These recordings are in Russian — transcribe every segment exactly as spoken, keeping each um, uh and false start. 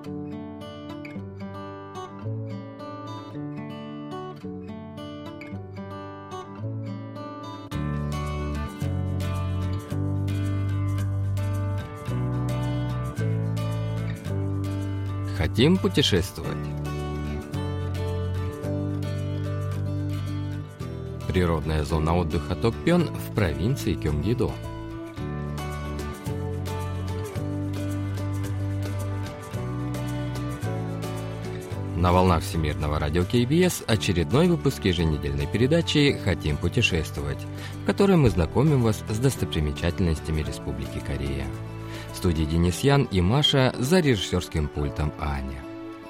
Хотим путешествовать? Природная зона отдыха Токпьон в провинции Кёнгидо. На волнах Всемирного радио кей би эс очередной выпуск еженедельной передачи «Хотим путешествовать», в которой мы знакомим вас с достопримечательностями Республики Корея. В студии Денис Ян и Маша, за режиссерским пультом Аня.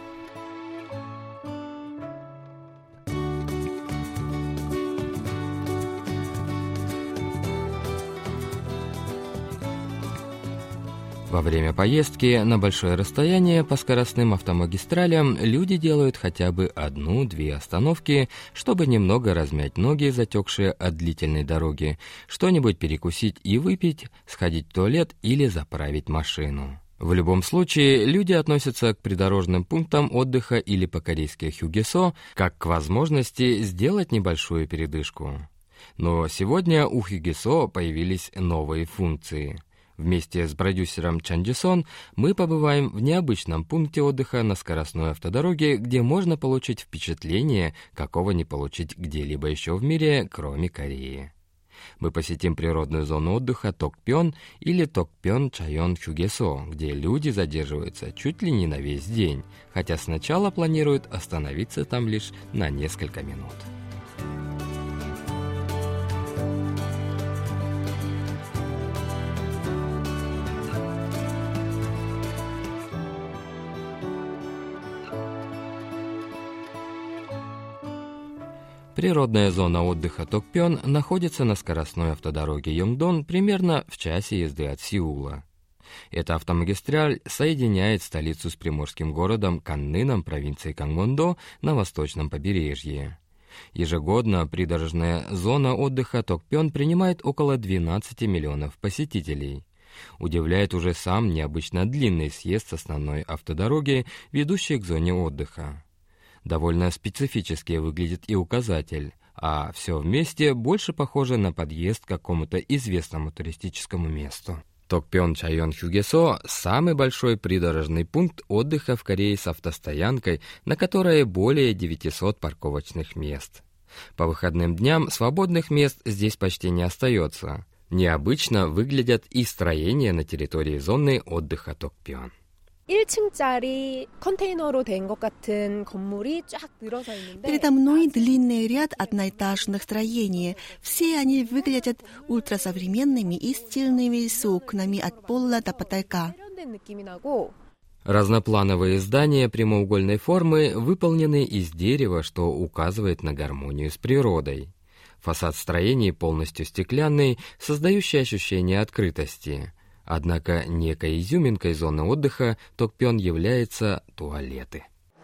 Во время поездки на большое расстояние по скоростным автомагистралям люди делают хотя бы одну-две остановки, чтобы немного размять ноги, затекшие от длительной дороги, что-нибудь перекусить и выпить, сходить в туалет или заправить машину. В любом случае, люди относятся к придорожным пунктам отдыха или по-корейски хюгесо как к возможности сделать небольшую передышку. Но сегодня у хюгесо появились новые функции. Вместе с продюсером Чан Джисон мы побываем в необычном пункте отдыха на скоростной автодороге, где можно получить впечатление, какого не получить где-либо еще в мире, кроме Кореи. Мы посетим природную зону отдыха Токпьон или Токпьон Чайон Хюгесо, где люди задерживаются чуть ли не на весь день, хотя сначала планируют остановиться там лишь на несколько минут. Природная зона отдыха Токпьон находится на скоростной автодороге Йонгдон примерно в часе езды от Сеула. Эта автомагистраль соединяет столицу с приморским городом Канныном провинции Кангвондо на восточном побережье. Ежегодно придорожная зона отдыха Токпьон принимает около двенадцати миллионов посетителей. Удивляет уже сам необычно длинный съезд с основной автодороги, ведущей к зоне отдыха. Довольно специфически выглядит и указатель, а все вместе больше похоже на подъезд к какому-то известному туристическому месту. Токпьон Чайон Хюгесо – самый большой придорожный пункт отдыха в Корее с автостоянкой, на которой более девятисот парковочных мест. По выходным дням свободных мест здесь почти не остается. Необычно выглядят и строения на территории зоны отдыха Токпьон. Передо мной длинный ряд одноэтажных строений. Все они выглядят ультрасовременными и стильными, с окнами от пола до потолка. Разноплановые здания прямоугольной формы выполнены из дерева, что указывает на гармонию с природой. Фасад строений полностью стеклянный, создающий ощущение открытости. Однако некой изюминкой зоны отдыха Токпьон являются туалеты.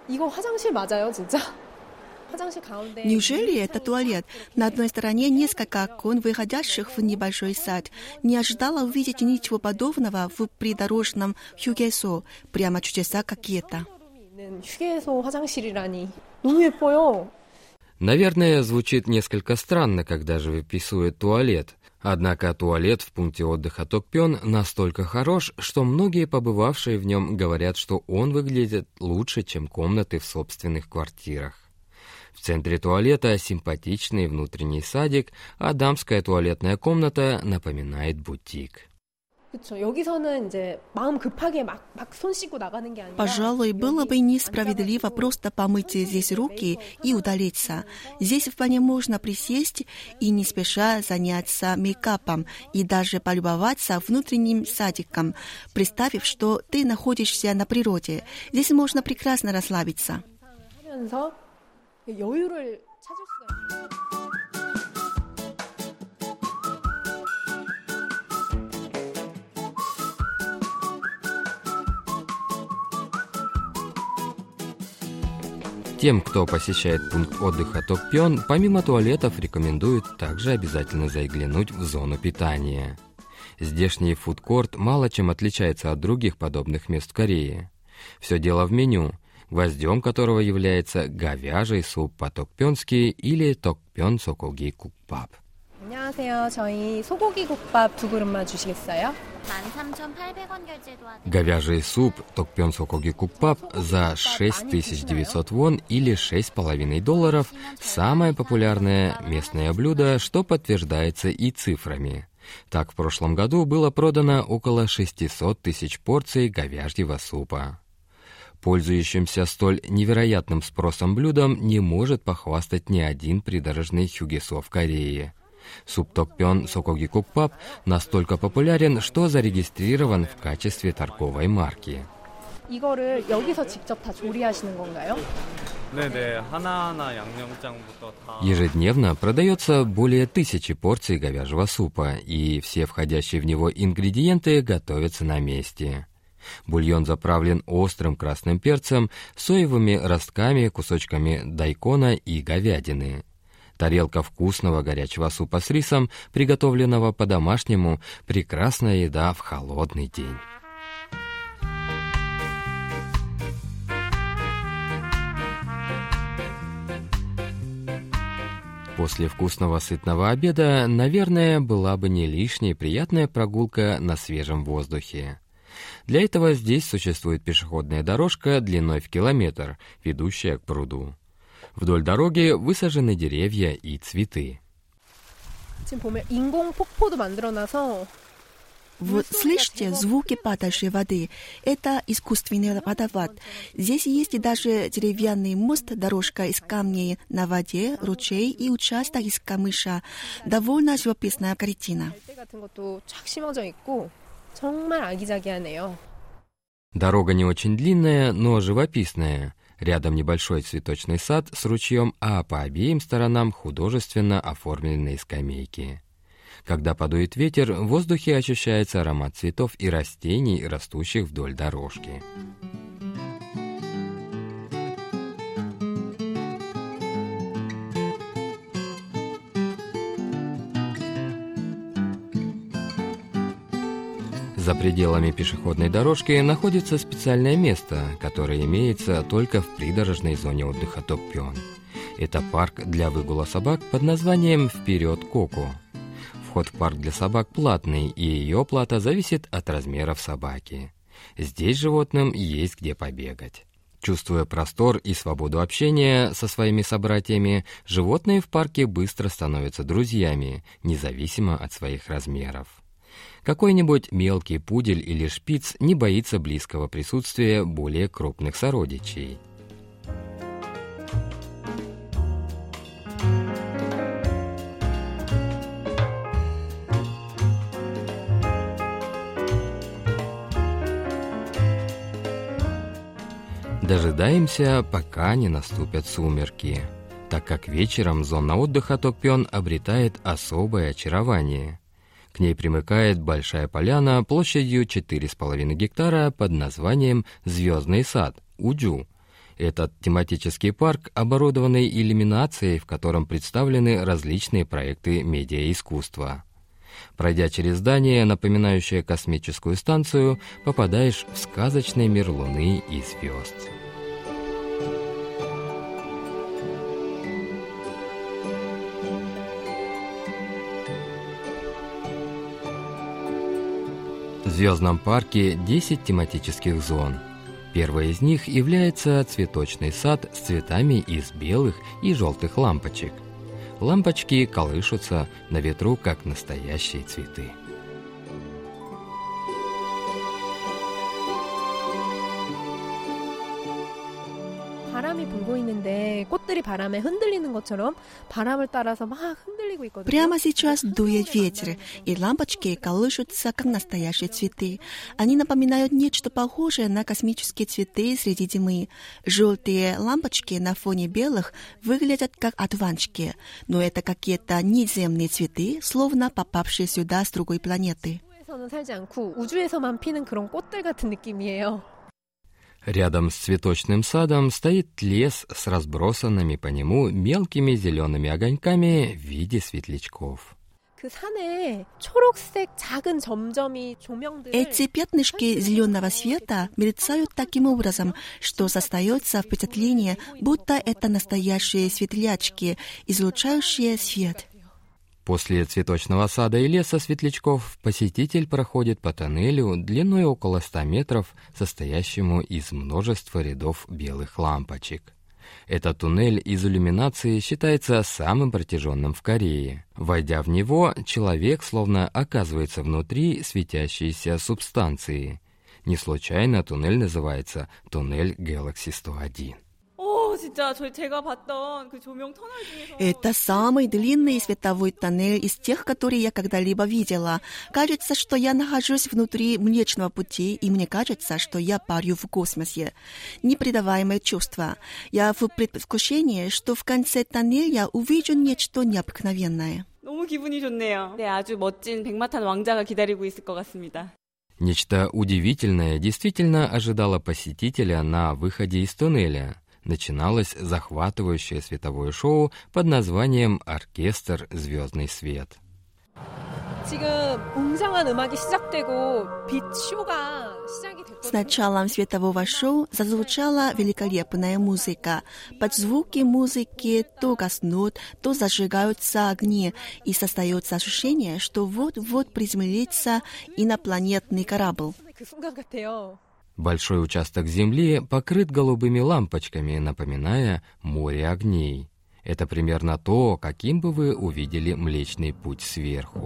Неужели это туалет? На одной стороне несколько окон, выходящих в небольшой сад. Не ожидала увидеть ничего подобного в придорожном Хюгесо. Прямо чудеса какие-то. Наверное, звучит несколько странно, когда же выписывают туалет. Однако туалет в пункте отдыха Токпьон настолько хорош, что многие побывавшие в нем говорят, что он выглядит лучше, чем комнаты в собственных квартирах. В центре туалета симпатичный внутренний садик, а дамская туалетная комната напоминает бутик. Пожалуй, было бы несправедливо просто помыть здесь руки и удалиться. Здесь вполне можно присесть и не спеша заняться мейкапом и даже полюбоваться внутренним садиком, представив, что ты находишься на природе. Здесь можно прекрасно расслабиться. Тем, кто посещает пункт отдыха Токпьон, помимо туалетов рекомендуют также обязательно заглянуть в зону питания. Здешний фудкорт мало чем отличается от других подобных мест в Корее. Все дело в меню, гвоздем которого является говяжий суп по-токпёнски или токпён сокоги кукбаб. 안녕하세요. 저희 소고기 국밥 두 그릇만 주시겠어요? Говяжий суп токпён сокоги кукбаб за шесть тысяч девятьсот вон или шесть с половиной долларов – самое популярное местное блюдо, что подтверждается и цифрами. Так, в прошлом году было продано около шестьсот тысяч порций говяжьего супа. Пользующимся столь невероятным спросом блюдом не может похвастать ни один придорожный хюгесо в Корее. Суп токпён сокоги кукбаб настолько популярен, что зарегистрирован в качестве торговой марки. 이거를 여기서 직접 다 조리하시는 건가요? 네네, 하나하나 양념장부터 다. Ежедневно продается более тысячи порций говяжьего супа, и все входящие в него ингредиенты готовятся на месте. Бульон заправлен острым красным перцем, соевыми ростками, кусочками дайкона и говядины. Тарелка вкусного горячего супа с рисом, приготовленного по-домашнему, прекрасная еда в холодный день. После вкусного сытного обеда, наверное, была бы не лишней приятная прогулка на свежем воздухе. Для этого здесь существует пешеходная дорожка длиной в километр, ведущая к пруду. Вдоль дороги высажены деревья и цветы. 지금 보면 인공 폭포도 만들어놔서 Вот слышите звуки падающей воды? Это искусственный водопад. Здесь есть даже деревянный мост, дорожка из камней на воде, ручей и участок из камыша. Довольно живописная картина. 갈대 같은 것도 쫙 심어져 있고 정말 아기자기하네요. Дорога не очень длинная, но живописная. Рядом небольшой цветочный сад с ручьем, а по обеим сторонам художественно оформленные скамейки. Когда подует ветер, в воздухе ощущается аромат цветов и растений, растущих вдоль дорожки. За пределами пешеходной дорожки находится специальное место, которое имеется только в придорожной зоне отдыха Токпён. Это парк для выгула собак под названием «Вперед, Коко». Вход в парк для собак платный, и ее плата зависит от размеров собаки. Здесь животным есть где побегать. Чувствуя простор и свободу общения со своими собратьями, животные в парке быстро становятся друзьями, независимо от своих размеров. Какой-нибудь мелкий пудель или шпиц не боится близкого присутствия более крупных сородичей. Дожидаемся, пока не наступят сумерки, так как вечером зона отдыха Токпён обретает особое очарование. К ней примыкает большая поляна площадью четыре с половиной гектара под названием «Звездный сад» Уджу. Этот тематический парк, оборудованный иллюминацией, в котором представлены различные проекты медиаискусства. Пройдя через здание, напоминающее космическую станцию, попадаешь в сказочный мир Луны и звезд. В звездном парке десять тематических зон. Первая из них является цветочный сад с цветами из белых и желтых лампочек. Лампочки колышутся на ветру, как настоящие цветы. 바람이 불고 있는데 꽃들이 바람에 흔들리는 것처럼 바람을 따라서 막 흔들리고 있거든요. Прямо сейчас дует ветер, и лампочки колышутся, как настоящие цветы. Они напоминают нечто похожее на космические цветы среди зимы. Желтые лампочки на фоне белых выглядят как одуванчики, но это какие-то неземные цветы, словно попавшие сюда с другой планеты. 우주에서는 살지 않고 우주에서만 피는 그런 꽃들 같은 느낌이에요. Рядом с цветочным садом стоит лес с разбросанными по нему мелкими зелеными огоньками в виде светлячков. 그 산에 초록색 작은 점점이 조명들을 Эти пятнышки зеленого света мерцают таким образом, что создается впечатление, будто это настоящие светлячки, излучающие свет. После цветочного сада и леса светлячков посетитель проходит по тоннелю длиной около ста метров, состоящему из множества рядов белых лампочек. Этот туннель из иллюминации считается самым протяженным в Корее. Войдя в него, человек словно оказывается внутри светящейся субстанции. Не случайно туннель называется «Туннель Galaxy сто один». Это самый длинный световой тоннель из тех, которые я когда-либо видела. Кажется, что я нахожусь внутри Млечного Пути, и мне кажется, что я парю в космосе. Непередаваемое чувство. Я в предвкушении, что в конце тоннеля увижу нечто необыкновенное. 너무 기분이 좋네요. 네, 아주 멋진 백마탄 왕자가 기다리고 있을 것 같습니다. Нечто удивительное действительно ожидало посетителя на выходе из туннеля. Начиналось захватывающее световое шоу под названием «Оркестр Звездный свет». С началом светового шоу зазвучала великолепная музыка. Под звуки музыки то гаснут, то зажигаются огни, и создается ощущение, что вот-вот приземлится инопланетный корабль. Большой участок Земли покрыт голубыми лампочками, напоминая море огней. Это примерно то, каким бы вы увидели Млечный Путь сверху.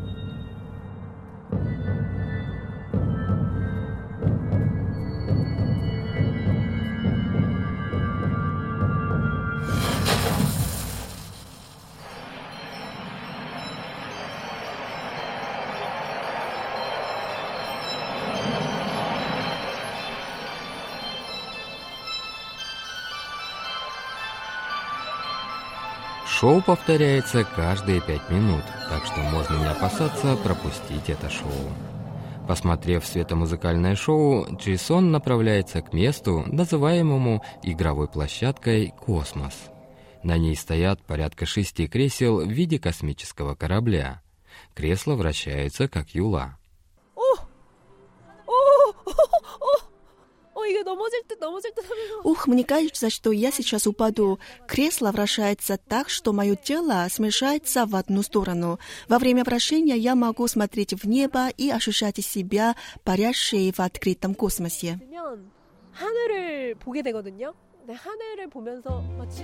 Шоу повторяется каждые пять минут, так что можно не опасаться пропустить это шоу. Посмотрев светомузыкальное шоу, Джейсон направляется к месту, называемому игровой площадкой «Космос». На ней стоят порядка шести кресел в виде космического корабля. Кресла вращаются, как юла. Ух, мне кажется, что я сейчас упаду. Кресло вращается так, что мое тело смешается в одну сторону. Во время вращения я могу смотреть в небо и ощущать себя парящей в открытом космосе. 하늘을 보게 되거든요. 네, 하늘을 보면서 마치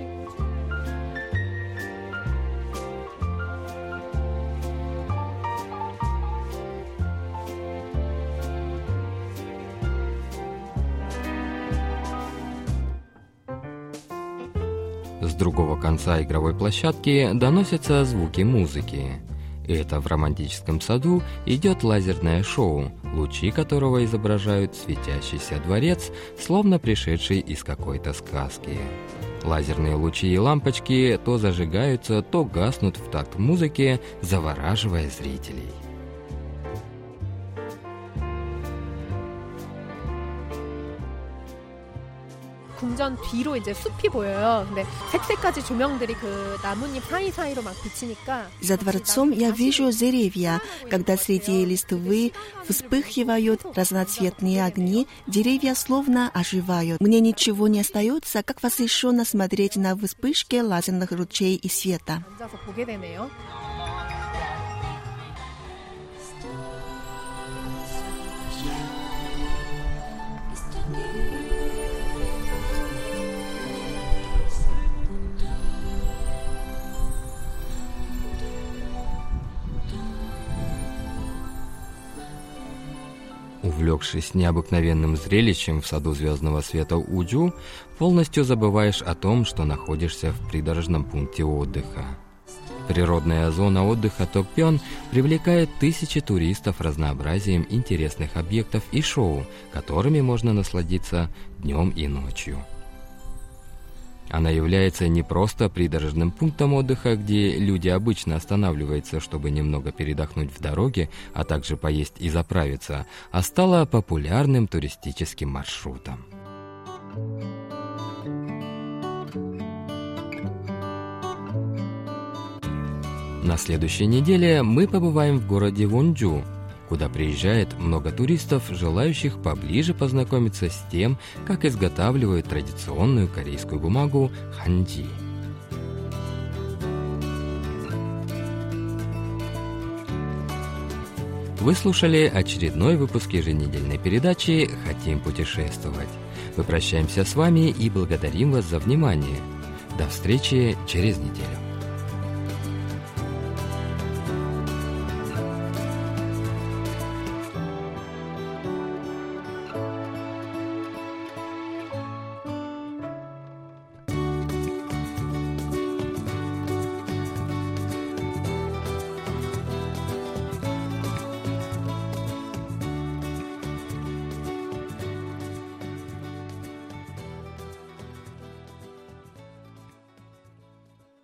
С другого конца игровой площадки доносятся звуки музыки. Это в романтическом саду идет лазерное шоу, лучи которого изображают светящийся дворец, словно пришедший из какой-то сказки. Лазерные лучи и лампочки то зажигаются, то гаснут в такт музыки, завораживая зрителей. 궁전 뒤로 이제 숲이 보여요. 근데 색색까지 조명들이 그 나뭇잎 사이사이로 막 비치니까 За дворцом я вижу деревья. Когда среди листвы вспыхивают разноцветные огни, деревья словно оживают. Мне ничего не остается, как восхищенно смотреть на вспышки лазерных лучей и света. 앉아서 보게 되네요. Увлекшись необыкновенным зрелищем в саду звездного света Уджу, полностью забываешь о том, что находишься в придорожном пункте отдыха. Природная зона отдыха Токпьон привлекает тысячи туристов разнообразием интересных объектов и шоу, которыми можно насладиться днем и ночью. Она является не просто придорожным пунктом отдыха, где люди обычно останавливаются, чтобы немного передохнуть в дороге, а также поесть и заправиться, а стала популярным туристическим маршрутом. На следующей неделе мы побываем в городе Вонджу, куда приезжает много туристов, желающих поближе познакомиться с тем, как изготавливают традиционную корейскую бумагу ханджи. Вы слушали очередной выпуск еженедельной передачи «Хотим путешествовать». Мы прощаемся с вами и благодарим вас за внимание. До встречи через неделю.